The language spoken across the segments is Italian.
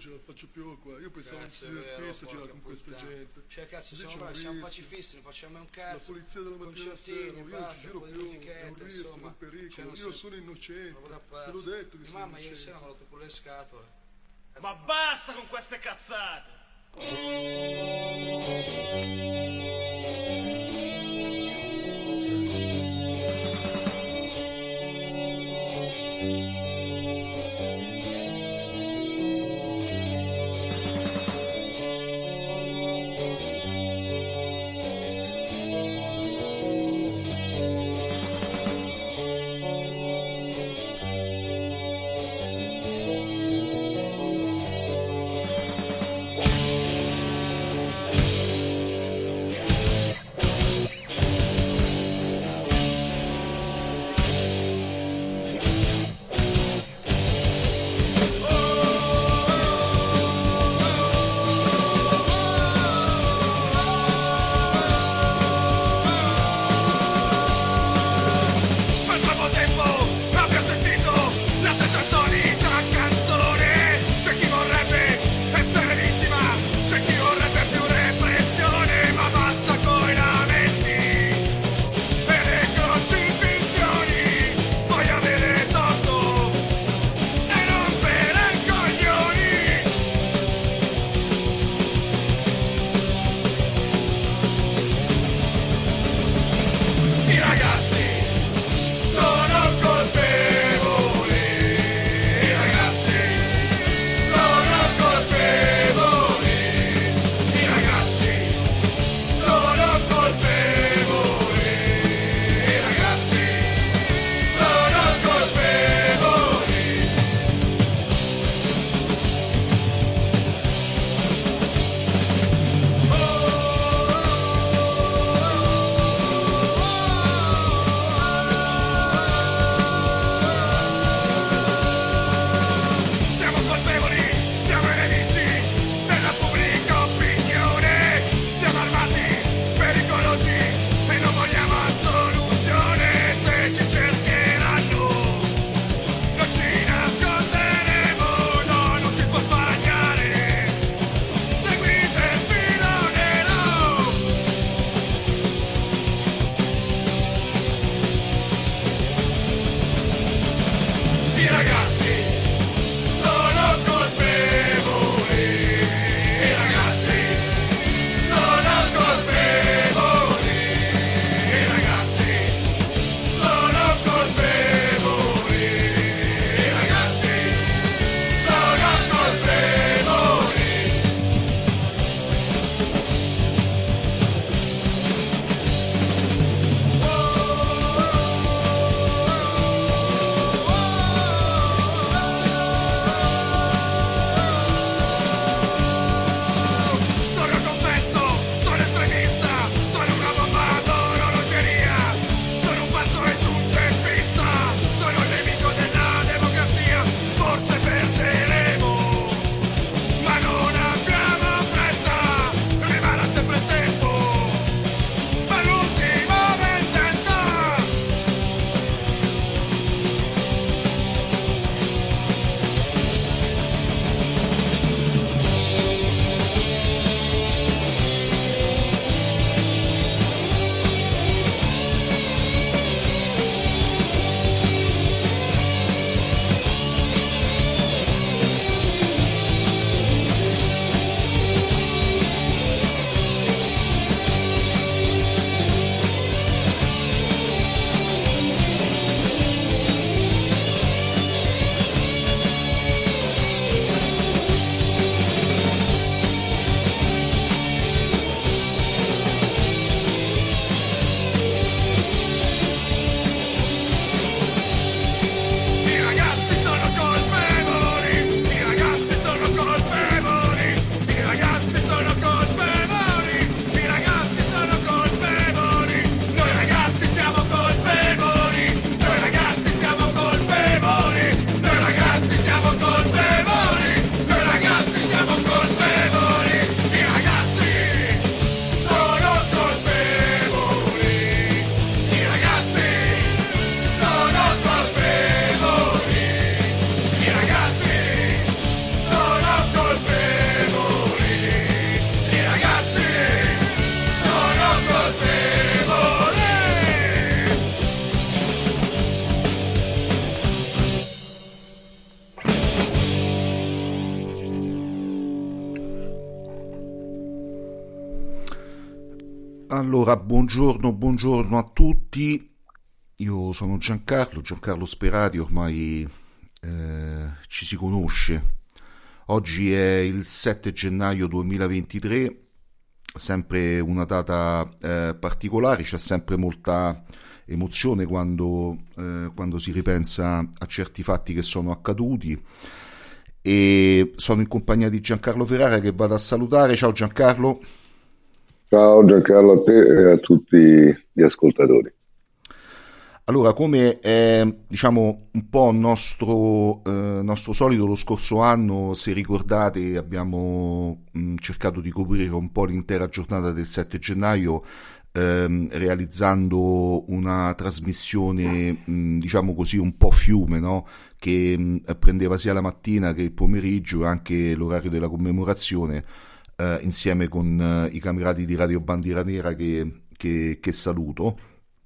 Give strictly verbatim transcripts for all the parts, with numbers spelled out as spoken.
ce la faccio più qua. Io pensavo che Cazzo, si è vero, divertisse a girare porca con questa puttana. gente. Cioè cazzo, Invece siamo è un bravi, siamo rischio. pacifisti, non facciamo mai un La cazzo. polizia della mattina alla Concertini, sera, io non ci basta, giro un po' di più, è un musichetta, rischio, è insomma. un pericolo. Cioè, non Io so- sono innocente, Roba da te pazzo. l'ho detto che Mia sono mamma ieri innocente. sera mi ha rotto pure le scatole. Cazzo, Ma basta con queste cazzate! Allora, buongiorno, buongiorno a tutti. Io sono Giancarlo, Giancarlo Sperati, ormai eh, ci si conosce. Oggi è il sette gennaio duemilaventitré, sempre una data eh, particolare, c'è sempre molta emozione quando, eh, quando si ripensa a certi fatti che sono accaduti, e sono in compagnia di Giancarlo Ferrara che vado a salutare. Ciao Giancarlo. Ciao Giancarlo, a te e a tutti gli ascoltatori. Allora, come è, diciamo, un po' nostro, eh, nostro solito, lo scorso anno, se ricordate, abbiamo mh, cercato di coprire un po' l'intera giornata del sette gennaio, ehm, realizzando una trasmissione, mh, diciamo così, un po' fiume, no? Che mh, prendeva sia la mattina che il pomeriggio e anche l'orario della commemorazione, eh, insieme con eh, i camerati di Radio Bandiera Nera che, che, che saluto.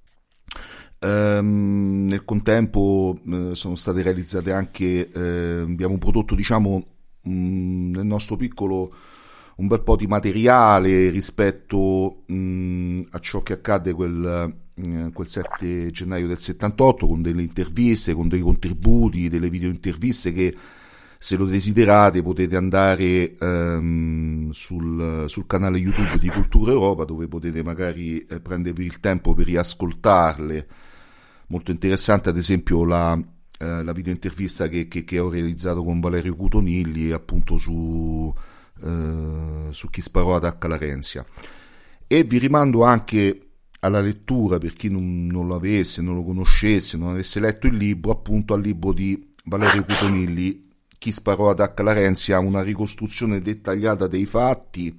Um, nel contempo uh, sono state realizzate anche, uh, abbiamo prodotto, diciamo, um, nel nostro piccolo un bel po' di materiale rispetto um, a ciò che accadde quel, uh, quel sette gennaio del settantotto, con delle interviste, con dei contributi, delle video interviste che, se lo desiderate, potete andare um, sul, sul canale YouTube di Cultura Europa, dove potete magari eh, prendervi il tempo per riascoltarle. Molto interessante, ad esempio, la, eh, la video intervista che, che, che ho realizzato con Valerio Cutonilli, appunto su, eh, su chi sparò ad Acca Larenzia. E vi rimando anche alla lettura, per chi non, non lo avesse, non lo conoscesse, non avesse letto il libro, appunto al libro di Valerio Cutonilli, Chi sparò ad Acca Larenzia, una ricostruzione dettagliata dei fatti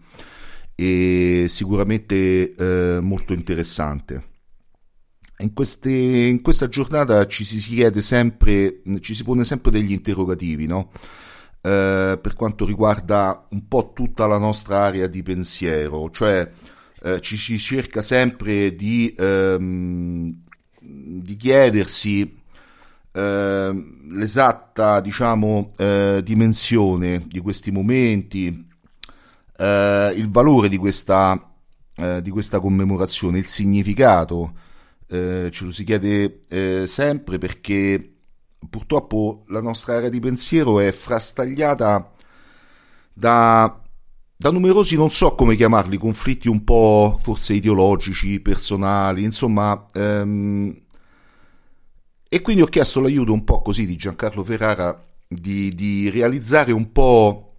e sicuramente eh, molto interessante. In, queste, in questa giornata ci si chiede sempre, ci si pone sempre degli interrogativi, no? Eh, per quanto riguarda un po' tutta la nostra area di pensiero, cioè eh, ci si cerca sempre di, ehm, di chiedersi eh, l'esatta, diciamo, eh, dimensione di questi momenti, eh, il valore di questa, eh, di questa commemorazione, il significato. Eh, ce lo si chiede eh, sempre, perché purtroppo la nostra area di pensiero è frastagliata da, da numerosi, non so come chiamarli, conflitti un po' forse ideologici, personali, insomma, ehm, e quindi ho chiesto l'aiuto un po' così di Giancarlo Ferrara di, di realizzare un po'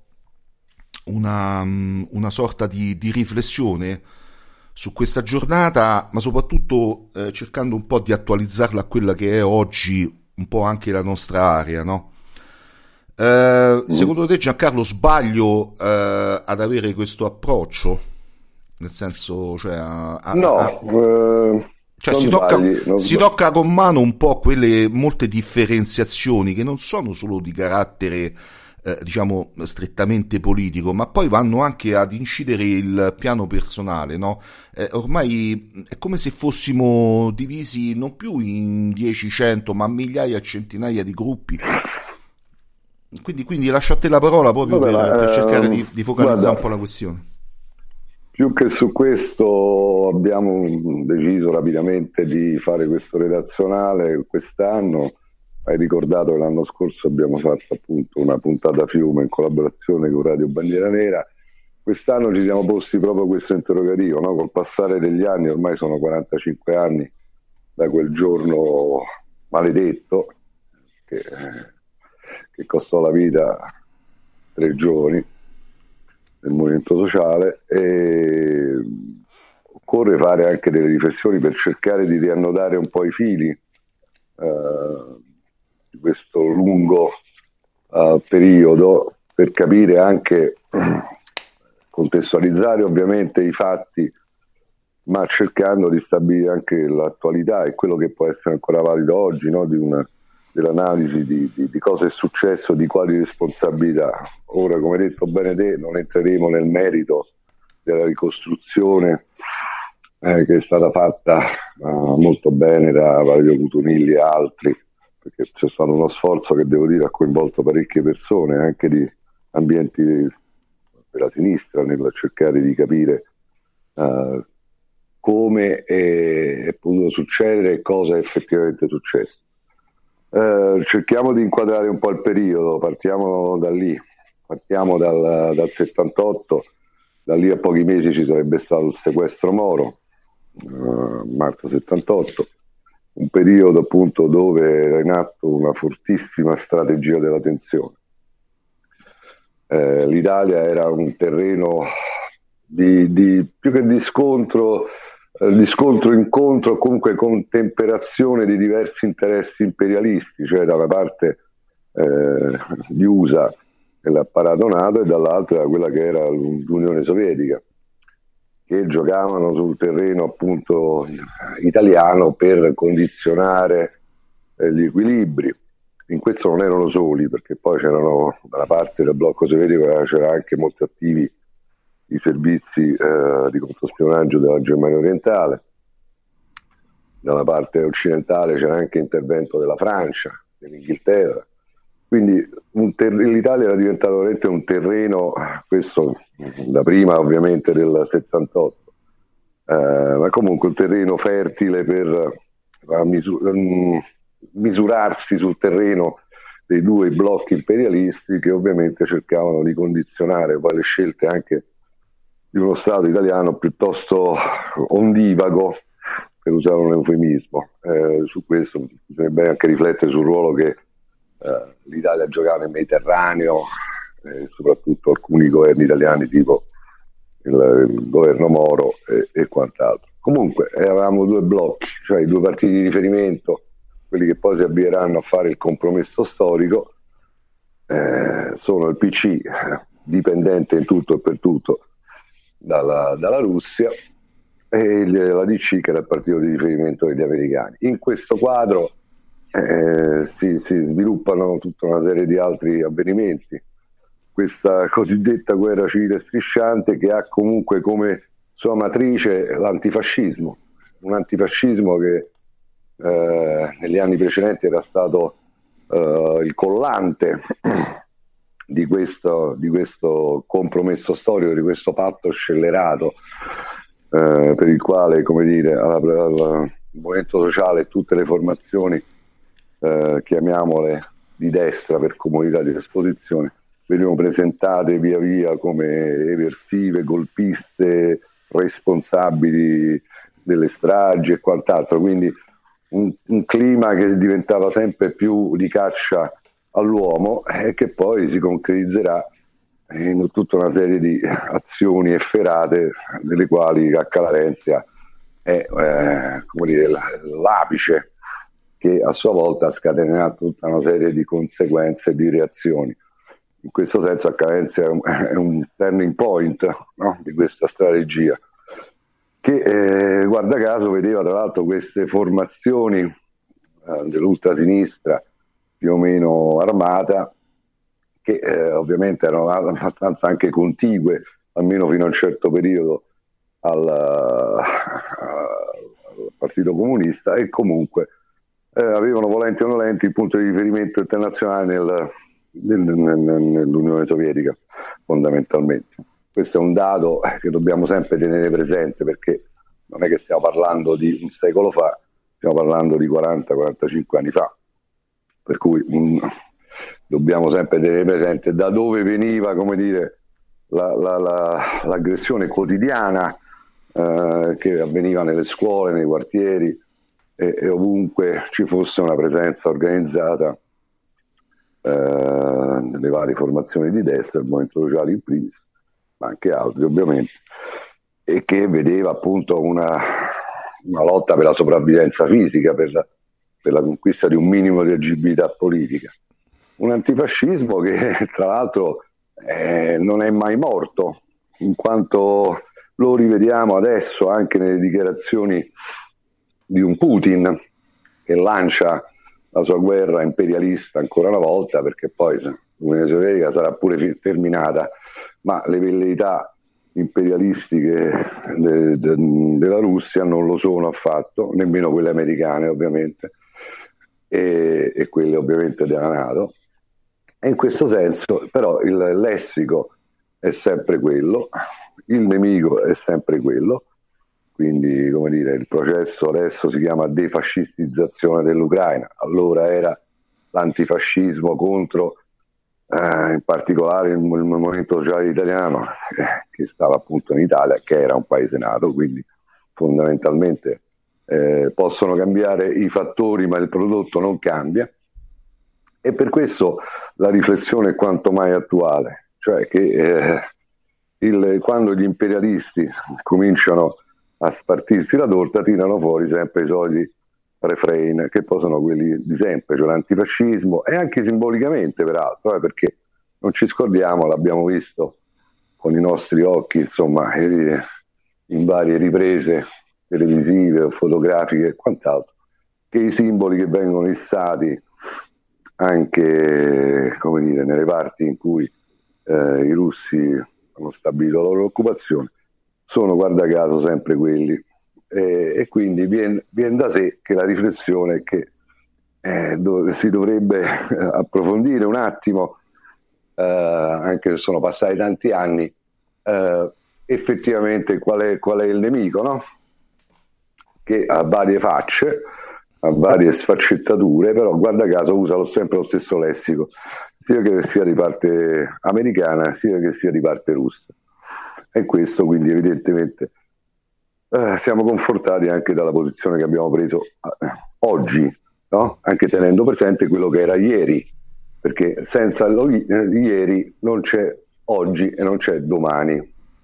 una, una sorta di, di riflessione su questa giornata, ma soprattutto eh, cercando un po' di attualizzarla a quella che è oggi un po' anche la nostra area, no? Eh, secondo te, Giancarlo, sbaglio eh, ad avere questo approccio? Nel senso, cioè, a, a, No, a, eh, cioè non si, tocca, sbagli, non si sbagli. tocca con mano un po' quelle molte differenziazioni che non sono solo di carattere Eh, diciamo strettamente politico, ma poi vanno anche ad incidere il piano personale, no? Eh, ormai è come se fossimo divisi non più in dieci, cento, ma migliaia e centinaia di gruppi. Quindi, quindi lascio a te la parola proprio Vabbè, per, ma, per cercare ehm, di, di focalizzare guarda, un po' la questione. più che su questo abbiamo deciso rapidamente di fare questo redazionale quest'anno. Hai ricordato che l'anno scorso abbiamo fatto appunto una puntata fiume in collaborazione con Radio Bandiera Nera. Quest'anno ci siamo posti proprio questo interrogativo, no? Col passare degli anni, ormai sono quarantacinque anni da quel giorno maledetto che, che costò la vita a tre giovani del movimento sociale, e occorre fare anche delle riflessioni per cercare di riannodare un po' i fili eh, di questo lungo uh, periodo, per capire anche, contestualizzare ovviamente i fatti, ma cercando di stabilire anche l'attualità e quello che può essere ancora valido oggi, no? Di una, dell'analisi di, di, di cosa è successo, di quali responsabilità. Ora, come hai detto bene te, non entreremo nel merito della ricostruzione eh, che è stata fatta uh, molto bene da Valerio Cutonilli e altri, perché c'è stato uno sforzo che, devo dire, ha coinvolto parecchie persone, anche di ambienti della sinistra, nel cercare di capire uh, come è, è potuto succedere e cosa è effettivamente successo. Eh, cerchiamo di inquadrare un po' il periodo, partiamo da lì, partiamo dal, dal settantotto, da lì a pochi mesi ci sarebbe stato il sequestro Moro, eh, marzo settantotto, un periodo appunto dove era in atto una fortissima strategia della tensione. Eh, L'Italia era un terreno di, di più che di scontro, eh, di scontro-incontro, comunque contemperazione di diversi interessi imperialisti, cioè da una parte eh, gli U S A e l'apparato NATO e dall'altra quella che era l'Unione Sovietica, che giocavano sul terreno appunto italiano per condizionare eh, gli equilibri. In questo non erano soli, perché poi c'erano dalla parte del blocco sovietico c'era anche molti attivi i servizi eh, di controspionaggio della Germania orientale, dalla parte occidentale c'era anche intervento della Francia, dell'Inghilterra. Quindi un ter- l'Italia era diventato veramente un terreno, questo da prima ovviamente del settantotto, eh, ma comunque un terreno fertile per uh, misur- um, misurarsi sul terreno dei due blocchi imperialisti che ovviamente cercavano di condizionare poi le scelte anche di uno Stato italiano piuttosto ondivago, per usare un eufemismo. Eh, su questo bisognerebbe anche riflettere sul ruolo che eh, l'Italia giocava nel Mediterraneo, e eh, soprattutto alcuni governi italiani tipo il, il governo Moro e, e quant'altro. Comunque avevamo due blocchi, cioè i due partiti di riferimento, quelli che poi si avvieranno a fare il compromesso storico, eh, sono il P C, dipendente in tutto e per tutto dalla, dalla Russia, e il, la D C, che era il partito di riferimento degli americani. In questo quadro eh, si, si sviluppano tutta una serie di altri avvenimenti. Questa cosiddetta guerra civile strisciante, che ha comunque come sua matrice l'antifascismo, un antifascismo che eh, negli anni precedenti era stato eh, il collante di questo, di questo compromesso storico, di questo patto scellerato eh, per il quale, come dire, alla, alla, il movimento sociale e tutte le formazioni, eh, chiamiamole di destra per comodità di esposizione, venivano presentate via via come eversive, golpiste, responsabili delle stragi e quant'altro, quindi un, un clima che diventava sempre più di caccia all'uomo e che poi si concretizzerà in tutta una serie di azioni efferate, delle quali Cacca Larenzia è eh, come dire, l'apice, che a sua volta scatenerà tutta una serie di conseguenze e di reazioni. In questo senso Cacca Larenzia è un, è un turning point, no? Di questa strategia, che eh, guarda caso vedeva tra l'altro queste formazioni eh, dell'ultrasinistra più o meno armata, che eh, ovviamente erano abbastanza anche contigue, almeno fino a un certo periodo, al, al Partito Comunista, e comunque eh, avevano, volenti o nolenti, il punto di riferimento internazionale nel, nel, nel, nell'Unione Sovietica, fondamentalmente. Questo è un dato che dobbiamo sempre tenere presente, perché non è che stiamo parlando di un secolo fa, stiamo parlando di quaranta quarantacinque anni fa. Per cui mh, dobbiamo sempre tenere presente da dove veniva, come dire, la, la, la, l'aggressione quotidiana eh, che avveniva nelle scuole, nei quartieri e, e ovunque ci fosse una presenza organizzata eh, nelle varie formazioni di destra, il Movimento Sociale in primis, ma anche altri ovviamente, e che vedeva appunto una, una lotta per la sopravvivenza fisica, per la per la conquista di un minimo di agibilità politica. Un antifascismo che tra l'altro eh, non è mai morto, in quanto lo rivediamo adesso anche nelle dichiarazioni di un Putin che lancia la sua guerra imperialista ancora una volta, perché poi l'Unione Sovietica sarà pure terminata, ma le velleità imperialistiche de, de, della Russia non lo sono affatto, nemmeno quelle americane ovviamente, e, e quelle ovviamente della NATO. E in questo senso però il lessico è sempre quello, il nemico è sempre quello, quindi come dire, il processo adesso si chiama defascistizzazione dell'Ucraina, allora era l'antifascismo contro eh, in particolare il, il Movimento Sociale Italiano eh, che stava appunto in Italia, che era un paese nato, quindi fondamentalmente eh, possono cambiare i fattori ma il prodotto non cambia, e per questo la riflessione è quanto mai attuale, cioè che eh, il, quando gli imperialisti cominciano a spartirsi la torta tirano fuori sempre i soliti refrain che poi sono quelli di sempre, cioè l'antifascismo, e anche simbolicamente peraltro, eh, perché non ci scordiamo, l'abbiamo visto con i nostri occhi, insomma, in varie riprese televisive o fotografiche e quant'altro, che i simboli che vengono issati anche, come dire, nelle parti in cui eh, i russi hanno stabilito la loro occupazione sono, guarda caso, sempre quelli. E, e quindi viene, viene da sé che la riflessione è che eh, do, si dovrebbe approfondire un attimo, eh, anche se sono passati tanti anni, eh, effettivamente qual è, qual è il nemico, no? Che ha varie facce, ha varie sfaccettature, però guarda caso usa lo, sempre lo stesso lessico, sia che sia di parte americana sia che sia di parte russa, e questo quindi evidentemente Eh, siamo confortati anche dalla posizione che abbiamo preso eh, oggi, no? Anche tenendo presente quello che era ieri, perché senza lo, eh, ieri non c'è oggi e non c'è domani.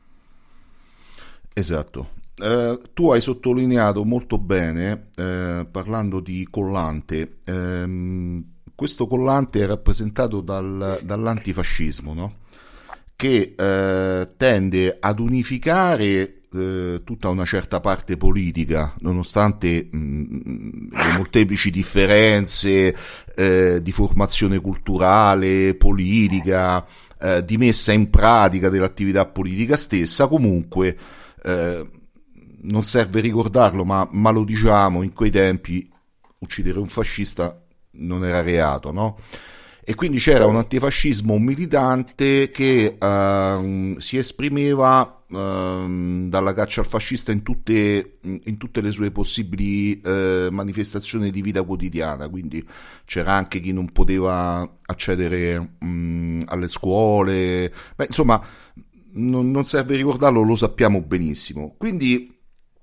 Esatto. Eh, tu hai sottolineato molto bene, eh, parlando di collante, ehm, questo collante è rappresentato dal, dall'antifascismo, no? Che eh, tende ad unificare eh, tutta una certa parte politica, nonostante mh, le molteplici differenze eh, di formazione culturale, politica, eh, di messa in pratica dell'attività politica stessa. Comunque eh, non serve ricordarlo, ma, ma lo diciamo, in quei tempi uccidere un fascista non era reato, no? E quindi c'era un antifascismo militante che uh, si esprimeva uh, dalla caccia al fascista in tutte, in tutte le sue possibili uh, manifestazioni di vita quotidiana. Quindi c'era anche chi non poteva accedere um, alle scuole. Beh, insomma, non, non serve ricordarlo, lo sappiamo benissimo. Quindi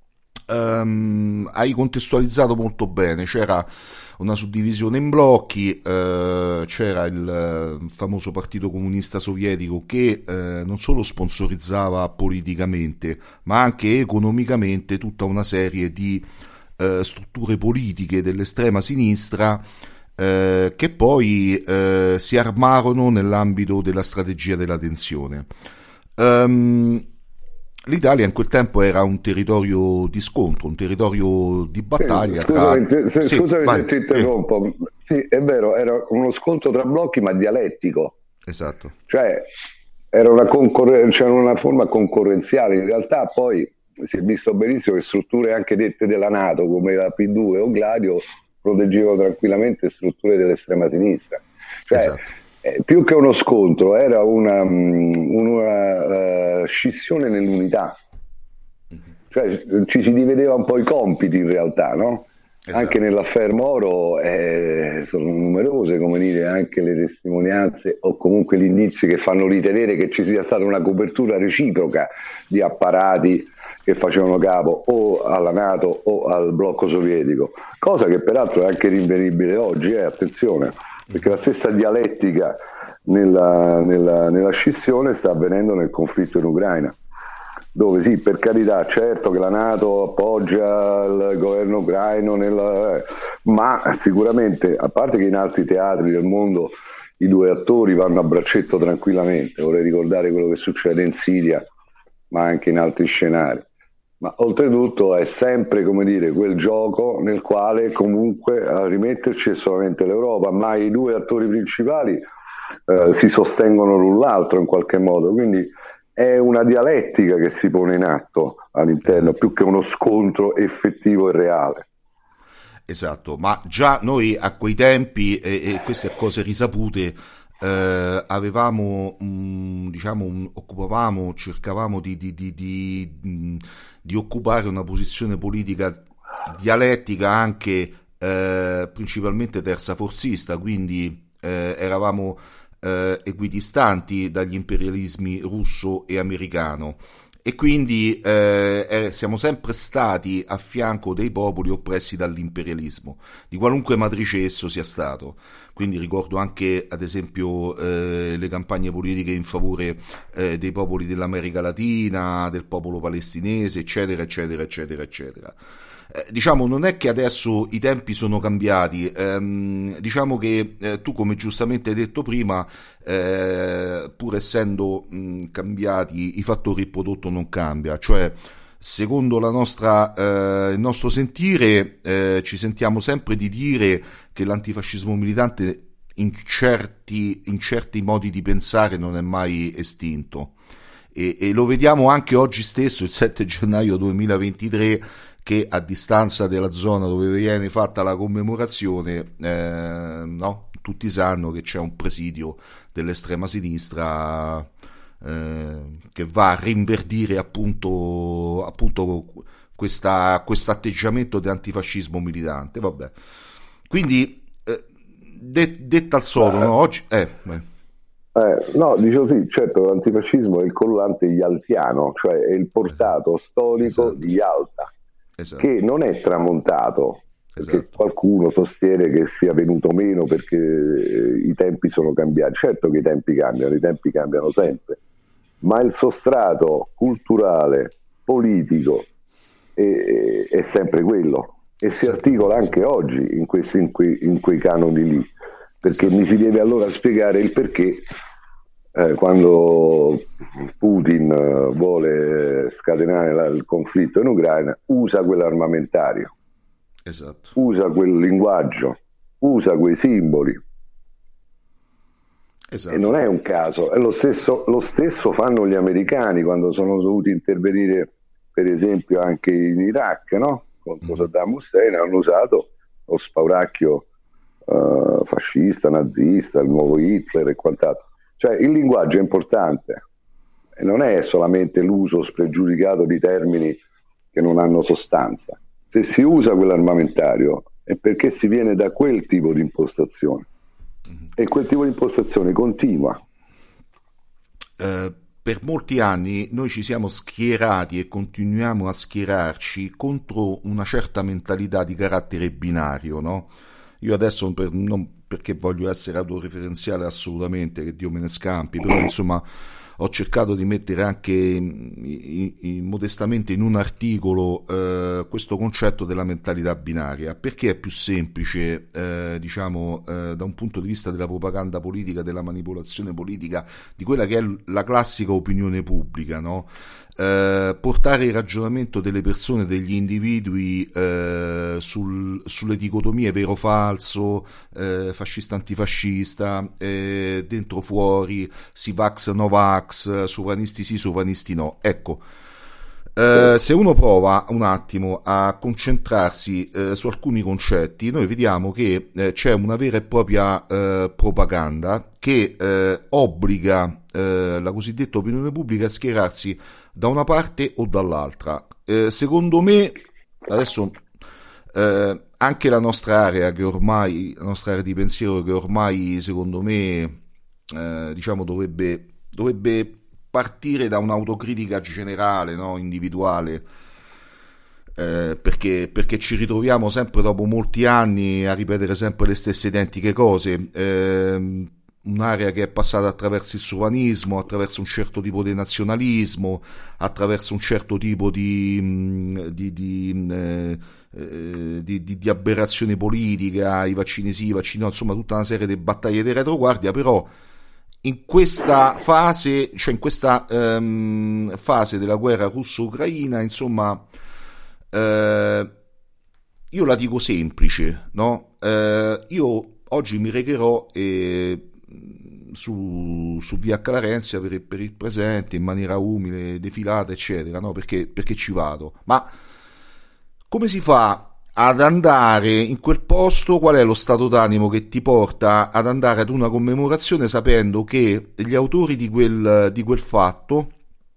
um, hai contestualizzato molto bene. C'era una suddivisione in blocchi, eh, c'era il eh, famoso Partito Comunista Sovietico che eh, non solo sponsorizzava politicamente ma anche economicamente tutta una serie di eh, strutture politiche dell'estrema sinistra eh, che poi eh, si armarono nell'ambito della strategia della tensione. Um, L'Italia in quel tempo era un territorio di scontro, un territorio di battaglia. Sì, scusami, tra... se, sì, scusami vai, se ti interrompo. Eh. Sì, è vero, era uno scontro tra blocchi ma dialettico. Esatto. Cioè era una, concorre- cioè una forma concorrenziale. In realtà poi si è visto benissimo che strutture anche dette della NATO come la P due o Gladio proteggevano tranquillamente strutture dell'estrema sinistra. Cioè, esatto. Eh, più che uno scontro era una, una uh, scissione nell'unità, cioè ci si divideva un po' i compiti in realtà, no? Esatto. Anche nell'affaire Moro eh, sono numerose, come dire, anche le testimonianze o comunque gli indizi che fanno ritenere che ci sia stata una copertura reciproca di apparati che facevano capo o alla NATO o al blocco sovietico, cosa che peraltro è anche rinvenibile oggi, eh, attenzione, perché la stessa dialettica nella, nella, nella scissione sta avvenendo nel conflitto in Ucraina, dove sì, per carità, certo che la NATO appoggia il governo ucraino, nella, eh, ma sicuramente, a parte che in altri teatri del mondo i due attori vanno a braccetto tranquillamente, vorrei ricordare quello che succede in Siria, ma anche in altri scenari. Ma oltretutto è sempre, come dire, quel gioco nel quale comunque a rimetterci è solamente l'Europa, ma i due attori principali eh, si sostengono l'un l'altro in qualche modo, quindi è una dialettica che si pone in atto all'interno, più che uno scontro effettivo e reale. Esatto, ma già noi a quei tempi, e, e queste cose risapute, eh, avevamo, mh, diciamo, un, occupavamo, cercavamo di, di, di, di, mh, di occupare una posizione politica dialettica anche eh, principalmente terzaforzista, quindi eh, eravamo eh, equidistanti dagli imperialismi russo e americano. E quindi eh, siamo sempre stati a fianco dei popoli oppressi dall'imperialismo, di qualunque matrice esso sia stato. Quindi ricordo anche, ad esempio, eh, le campagne politiche in favore eh, dei popoli dell'America Latina, del popolo palestinese, eccetera, eccetera, eccetera, eccetera. Eh, diciamo, non è che adesso i tempi sono cambiati, ehm, diciamo che eh, tu, come giustamente hai detto prima, eh, pur essendo mh, cambiati i fattori, il prodotto non cambia, cioè secondo la nostra, eh, il nostro sentire eh, ci sentiamo sempre di dire che l'antifascismo militante in certi, in certi modi di pensare non è mai estinto, e, e lo vediamo anche oggi stesso, il sette gennaio duemilaventitré, che a distanza della zona dove viene fatta la commemorazione, eh, no? Tutti sanno che c'è un presidio dell'estrema sinistra eh, che va a rinverdire appunto, appunto questa, questo atteggiamento di antifascismo militante. Vabbè. Quindi eh, de, detta al sodo, no? Oggi eh, eh. Eh, no, dicevo sì, certo, l'antifascismo è il collante yaltiano, cioè è il portato storico esatto. di Yalta. Esatto. Che non è tramontato, perché esatto. qualcuno sostiene che sia venuto meno perché i tempi sono cambiati. Certo che i tempi cambiano, i tempi cambiano sempre, ma il sostrato culturale, politico è, è sempre quello, e si articola anche oggi in, questi, in, quei, in quei canoni lì, perché mi si deve allora spiegare il perché Eh, quando Putin eh, vuole scatenare la, il conflitto in Ucraina, usa quell'armamentario, esatto. usa quel linguaggio, usa quei simboli, esatto. E non è un caso, è lo stesso, lo stesso fanno gli americani quando sono dovuti intervenire, per esempio anche in Iraq, no? Contro mm. Saddam Hussein, hanno usato lo spauracchio eh, fascista, nazista, il nuovo Hitler e quant'altro. Cioè il linguaggio è importante e non è solamente l'uso spregiudicato di termini che non hanno sostanza. Se si usa quell'armamentario è perché si viene da quel tipo di impostazione mm-hmm. e quel tipo di impostazione continua. Eh, per molti anni noi ci siamo schierati e continuiamo a schierarci contro una certa mentalità di carattere binario, no? Io adesso per, non perché voglio essere autoreferenziale assolutamente, che Dio me ne scampi, però insomma ho cercato di mettere anche in, in, modestamente in un articolo eh, questo concetto della mentalità binaria, perché è più semplice eh, diciamo eh, da un punto di vista della propaganda politica, della manipolazione politica, di quella che è la classica opinione pubblica, no? Eh, portare il ragionamento delle persone, degli individui eh, sul, sulle dicotomie vero-falso, eh, fascista-antifascista, eh, dentro-fuori, si-vax-no-vax, sovranisti sì, sovranisti no. Ecco, eh, se uno prova un attimo a concentrarsi eh, su alcuni concetti, noi vediamo che eh, c'è una vera e propria eh, propaganda che eh, obbliga eh, la cosiddetta opinione pubblica a schierarsi da una parte o dall'altra. Eh, secondo me, adesso eh, anche la nostra area, che ormai, la nostra area di pensiero, che ormai secondo me eh, diciamo dovrebbe, dovrebbe partire da un'autocritica generale, no? Individuale, eh, perché, perché ci ritroviamo sempre dopo molti anni a ripetere sempre le stesse identiche cose. Eh, un'area che è passata attraverso il sovranismo, attraverso un certo tipo di nazionalismo, attraverso un certo tipo di, di, di, eh, di, di, di aberrazione politica, i vaccini sì, i vaccini no, insomma tutta una serie di battaglie di retroguardia. Però in questa fase, cioè in questa ehm, fase della guerra russo-ucraina, insomma, eh, io la dico semplice, no? Eh, io oggi mi regherò e Su, su via Clarenzia per, per il presente, in maniera umile, defilata eccetera, no? perché, perché ci vado. Ma come si fa ad andare in quel posto, qual è lo stato d'animo che ti porta ad andare ad una commemorazione sapendo che gli autori di quel, di quel fatto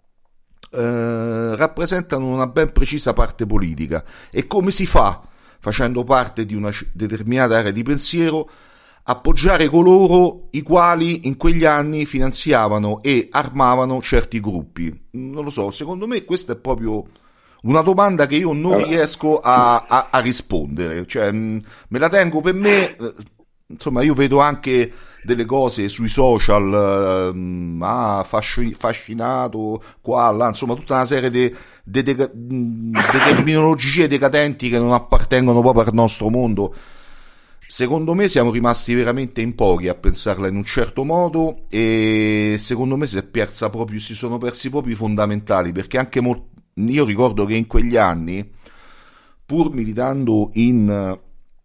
eh, rappresentano una ben precisa parte politica, e come si fa, facendo parte di una determinata area di pensiero, appoggiare coloro i quali in quegli anni finanziavano e armavano certi gruppi? Non lo so, secondo me questa è proprio una domanda che io non riesco a, a, a rispondere, cioè mh, me la tengo per me. Insomma, io vedo anche delle cose sui social, mh, ah, fasci, fascinato qua, là, insomma tutta una serie di de, de, de, de terminologie decadenti che non appartengono proprio al nostro mondo. Secondo me siamo rimasti veramente in pochi a pensarla in un certo modo, e secondo me si è persa proprio, si sono persi proprio i fondamentali, perché anche molto. Io ricordo che in quegli anni, pur militando in,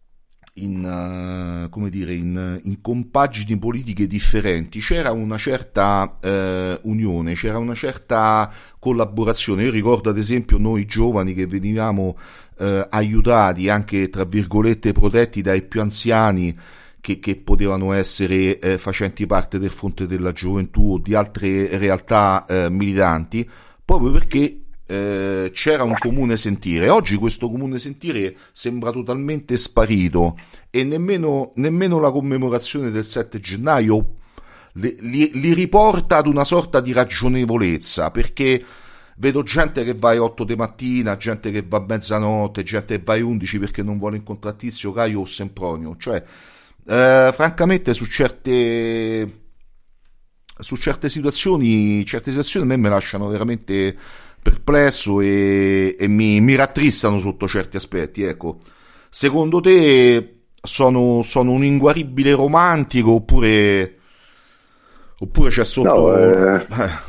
in, uh, come dire, in, in compagini politiche differenti, c'era una certa uh, unione, c'era una certa collaborazione. Io ricordo ad esempio noi giovani che venivamo uh, aiutati, anche tra virgolette protetti dai più anziani, che, che potevano essere uh, facenti parte del Fronte della Gioventù o di altre realtà uh, militanti, proprio perché Eh, c'era un comune sentire. Oggi questo comune sentire sembra totalmente sparito, e nemmeno, nemmeno la commemorazione del sette gennaio li, li, li riporta ad una sorta di ragionevolezza, perché vedo gente che va alle otto di mattina, gente che va a mezzanotte, gente che va alle undici perché non vuole incontrare Tizio, Caio o Sempronio. Cioè eh, francamente su certe su certe situazioni certe situazioni a me me lasciano veramente perplesso e, e mi, mi rattristano sotto certi aspetti. Ecco, secondo te sono, sono un inguaribile romantico, oppure oppure c'è sotto no, eh,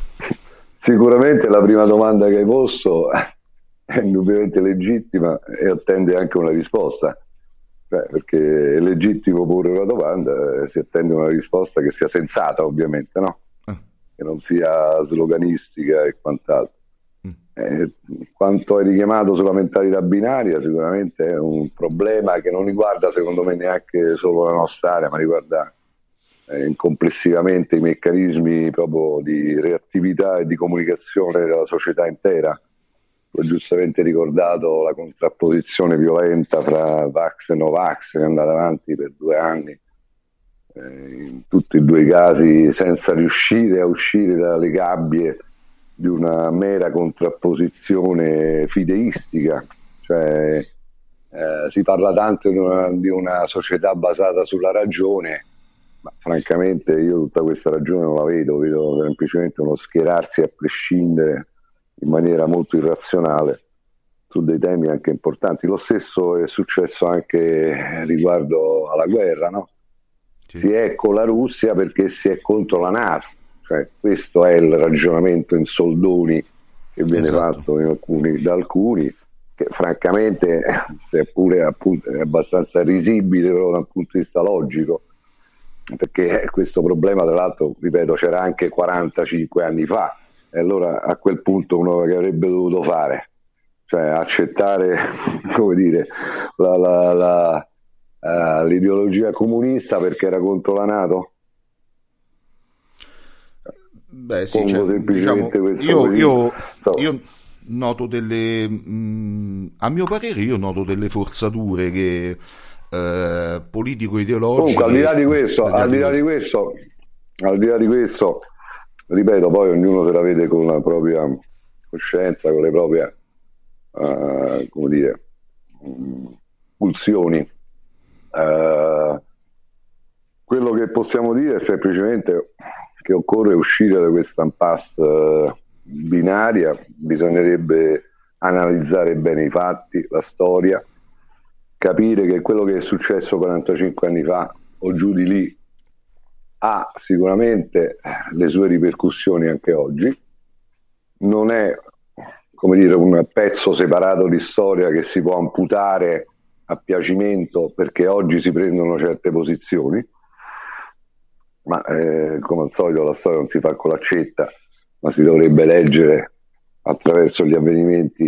sicuramente la prima domanda che hai posto è indubbiamente legittima e attende anche una risposta, cioè, perché è legittimo porre una domanda e si attende una risposta che sia sensata, ovviamente, no? Eh. Che non sia sloganistica e quant'altro. Eh, quanto hai richiamato sulla mentalità binaria, sicuramente è un problema che non riguarda secondo me neanche solo la nostra area, ma riguarda eh, complessivamente i meccanismi proprio di reattività e di comunicazione della società intera. Tu hai giustamente ricordato la contrapposizione violenta fra Vax e Novax che è andata avanti per due anni, eh, in tutti e due i casi senza riuscire a uscire dalle gabbie di una mera contrapposizione fideistica, cioè eh, si parla tanto di una, di una società basata sulla ragione, ma francamente io tutta questa ragione non la vedo, vedo semplicemente uno schierarsi a prescindere in maniera molto irrazionale su dei temi anche importanti. Lo stesso è successo anche riguardo alla guerra, no? Sì. Si è con la Russia perché si è contro la NATO. Cioè, questo è il ragionamento in soldoni che viene esatto. fatto in alcuni, da alcuni, che francamente seppure appunto è abbastanza risibile però dal punto di vista logico, perché questo problema tra l'altro, ripeto, c'era anche quarantacinque anni fa, e allora a quel punto uno che avrebbe dovuto fare, cioè accettare come dire la, la, la, uh, l'ideologia comunista perché era contro la NATO? Beh sì, cioè, diciamo, io, io, io noto delle mh, a mio parere io noto delle forzature che eh, politico-ideologiche. Comunque al di là di questo al di là di questo al di là di questo ripeto, poi ognuno se la vede con la propria coscienza, con le proprie uh, come dire mh, pulsioni. Uh, quello che possiamo dire è semplicemente che occorre uscire da questa impasse uh, binaria, bisognerebbe analizzare bene i fatti, la storia, capire che quello che è successo quarantacinque anni fa o giù di lì ha sicuramente le sue ripercussioni anche oggi, non è come dire un pezzo separato di storia che si può amputare a piacimento perché oggi si prendono certe posizioni, ma eh, come al solito la storia non si fa con l'accetta, ma si dovrebbe leggere attraverso gli avvenimenti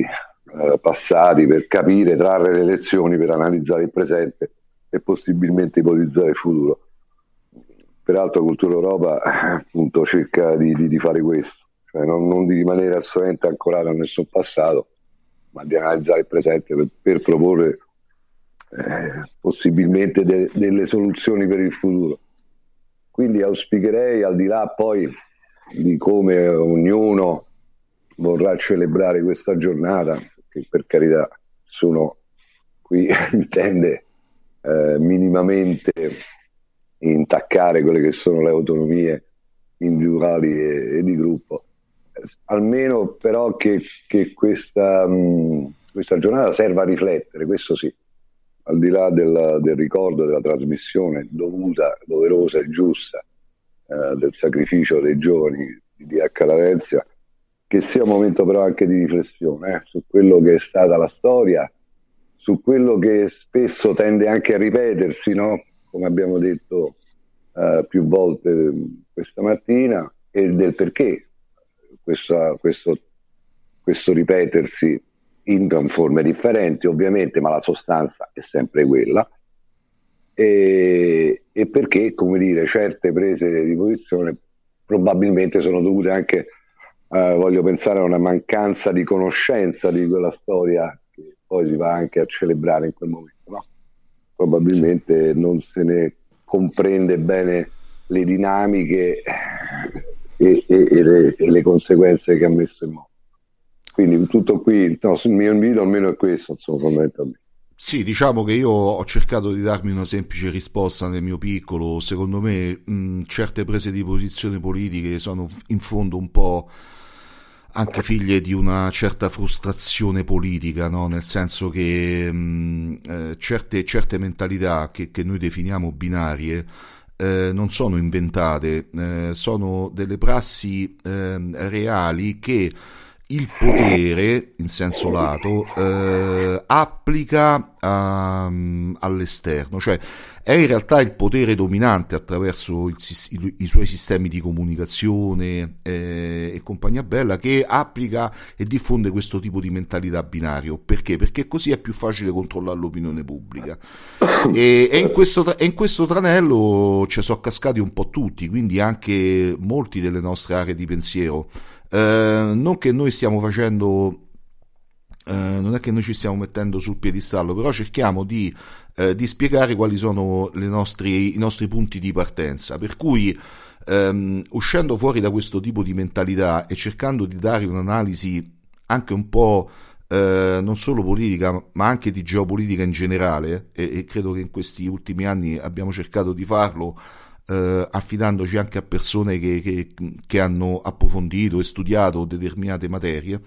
eh, passati, per capire, trarre le lezioni, per analizzare il presente e possibilmente ipotizzare il futuro. Peraltro Cultura Europa appunto cerca di, di, di fare questo, cioè non, non di rimanere assolutamente ancorato a nessun passato, ma di analizzare il presente per, per proporre eh, possibilmente de, delle soluzioni per il futuro. Quindi auspicherei, al di là poi di come ognuno vorrà celebrare questa giornata, che per carità nessuno qui intende eh, minimamente intaccare quelle che sono le autonomie individuali e, e di gruppo, almeno però che, che questa, mh, questa giornata serva a riflettere, questo sì, al di là del, del ricordo, della trasmissione dovuta, doverosa e giusta eh, del sacrificio dei giovani di D H Lavenzia, che sia un momento però anche di riflessione eh, su quello che è stata la storia, su quello che spesso tende anche a ripetersi, no? Come abbiamo detto uh, più volte questa mattina, e del perché questa, questo, questo ripetersi in forme differenti ovviamente, ma la sostanza è sempre quella, e, e perché, come dire, certe prese di posizione probabilmente sono dovute anche, uh, voglio pensare, a una mancanza di conoscenza di quella storia che poi si va anche a celebrare in quel momento, no? Probabilmente non se ne comprende bene le dinamiche e, e, e, le, e le conseguenze che ha messo in moto. Quindi tutto qui, no, il mio invito almeno è questo, insomma, fondamentalmente. Sì, diciamo che io ho cercato di darmi una semplice risposta nel mio piccolo. Secondo me mh, certe prese di posizione politiche sono in fondo un po' anche figlie di una certa frustrazione politica, no? Nel senso che mh, eh, certe, certe mentalità che, che noi definiamo binarie eh, non sono inventate, eh, sono delle prassi eh, reali che il potere, in senso lato, eh, applica a, all'esterno, cioè è in realtà il potere dominante attraverso il, i, i suoi sistemi di comunicazione eh, e compagnia bella, che applica e diffonde questo tipo di mentalità binario. Perché? Perché così è più facile controllare l'opinione pubblica. E, e, in questo, e in questo tranello ci sono cascati un po' tutti, quindi anche molti delle nostre aree di pensiero. Eh, non che noi stiamo facendo... Uh, non è che noi ci stiamo mettendo sul piedistallo, però cerchiamo di, uh, di spiegare quali sono le nostri, i nostri punti di partenza, per cui um, uscendo fuori da questo tipo di mentalità e cercando di dare un'analisi anche un po' uh, non solo politica ma anche di geopolitica in generale, e, e credo che in questi ultimi anni abbiamo cercato di farlo uh, affidandoci anche a persone che, che, che hanno approfondito e studiato determinate materie.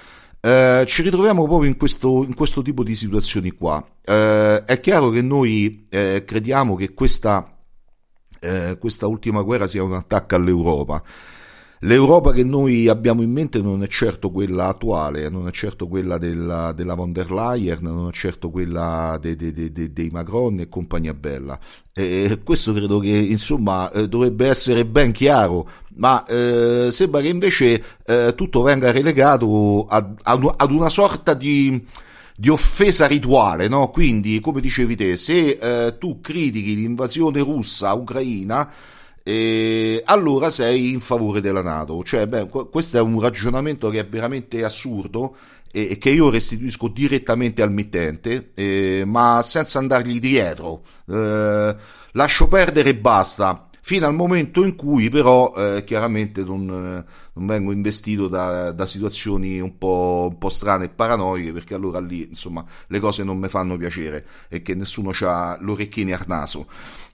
Uh, ci ritroviamo proprio in questo, in questo tipo di situazioni qua. Uh, è chiaro che noi eh, crediamo che questa, eh, questa ultima guerra sia un attacco all'Europa. L'Europa che noi abbiamo in mente non è certo quella attuale, non è certo quella della, della von der Leyen, non è certo quella dei de, de, de, de Macron e compagnia bella. E questo credo che insomma eh, dovrebbe essere ben chiaro, ma eh, sembra che invece eh, tutto venga relegato ad, ad una sorta di, di offesa rituale, no? Quindi, come dicevi te, se eh, tu critichi l'invasione russa ucraina, e allora sei in favore della NATO. Cioè, beh, questo è un ragionamento che è veramente assurdo e, e che io restituisco direttamente al mittente, eh, ma senza andargli dietro. Eh, lascio perdere e basta, fino al momento in cui però eh, chiaramente non, non vengo investito da, da situazioni un po', un po' strane e paranoiche, perché allora lì insomma le cose non mi fanno piacere e che nessuno c'ha l'orecchini al naso.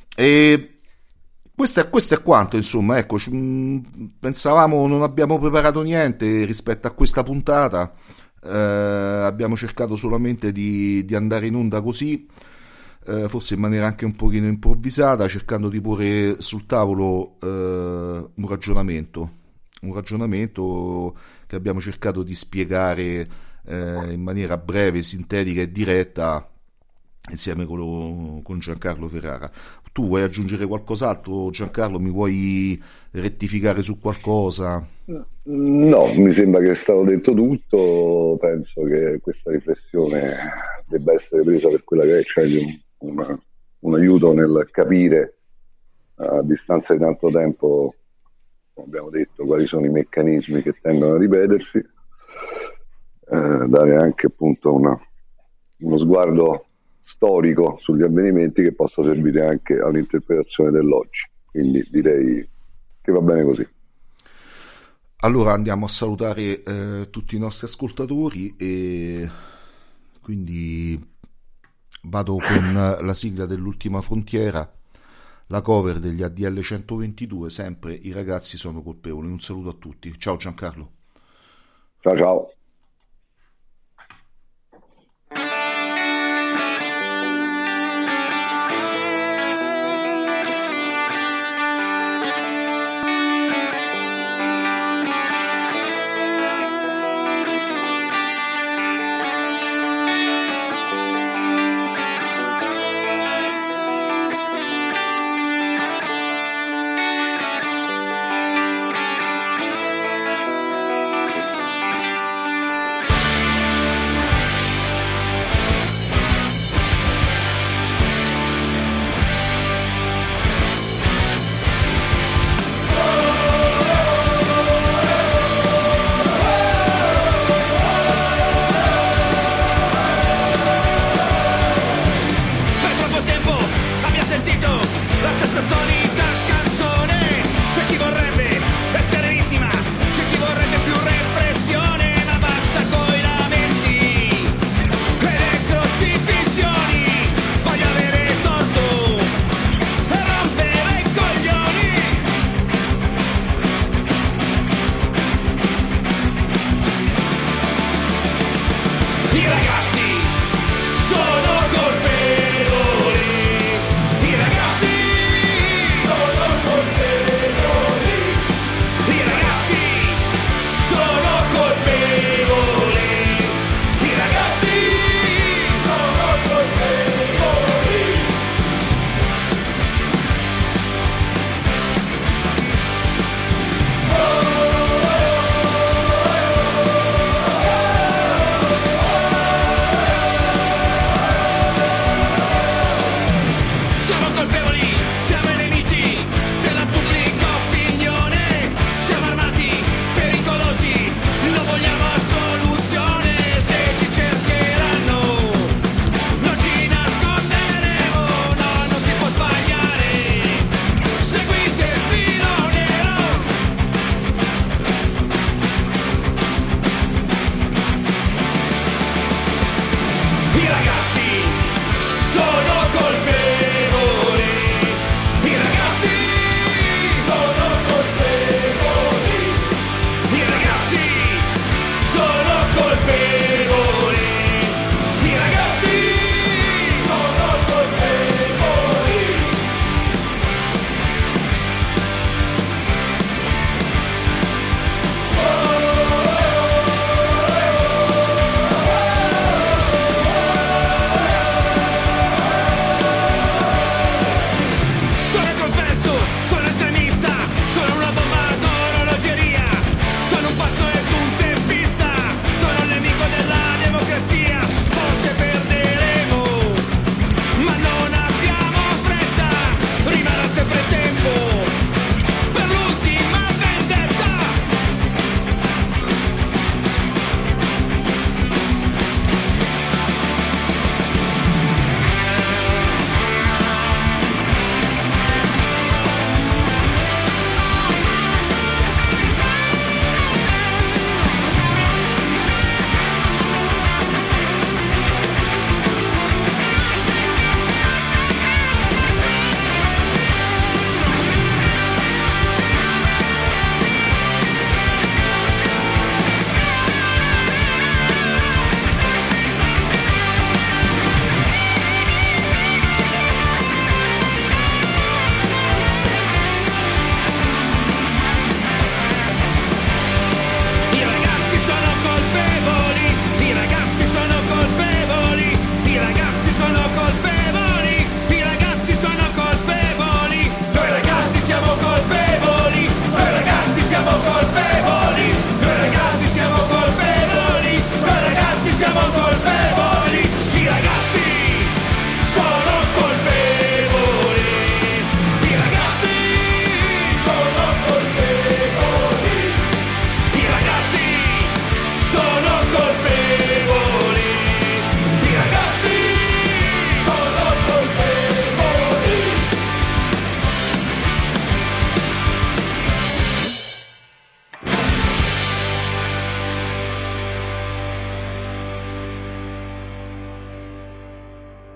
E Questo è, questo è quanto, insomma, ecco, pensavamo, non abbiamo preparato niente rispetto a questa puntata, eh, abbiamo cercato solamente di, di andare in onda così, eh, forse in maniera anche un pochino improvvisata, cercando di porre sul tavolo eh, un ragionamento, un ragionamento che abbiamo cercato di spiegare eh, in maniera breve, sintetica e diretta, insieme con, con Giancarlo Ferrara. Tu vuoi aggiungere qualcos'altro, Giancarlo? Mi vuoi rettificare su qualcosa? No, mi sembra che è stato detto tutto, penso che questa riflessione debba essere presa per quella che è, cioè un, una, un aiuto nel capire a distanza di tanto tempo, come abbiamo detto, quali sono i meccanismi che tendono a ripetersi, eh, dare anche appunto una, uno sguardo storico sugli avvenimenti che possa servire anche all'interpretazione dell'oggi. Quindi direi che va bene così. Allora andiamo a salutare eh, tutti i nostri ascoltatori e quindi vado con la sigla dell'Ultima Frontiera, la cover degli A D L centoventidue, sempre i ragazzi sono colpevoli. Un saluto a tutti, ciao Giancarlo. Ciao ciao.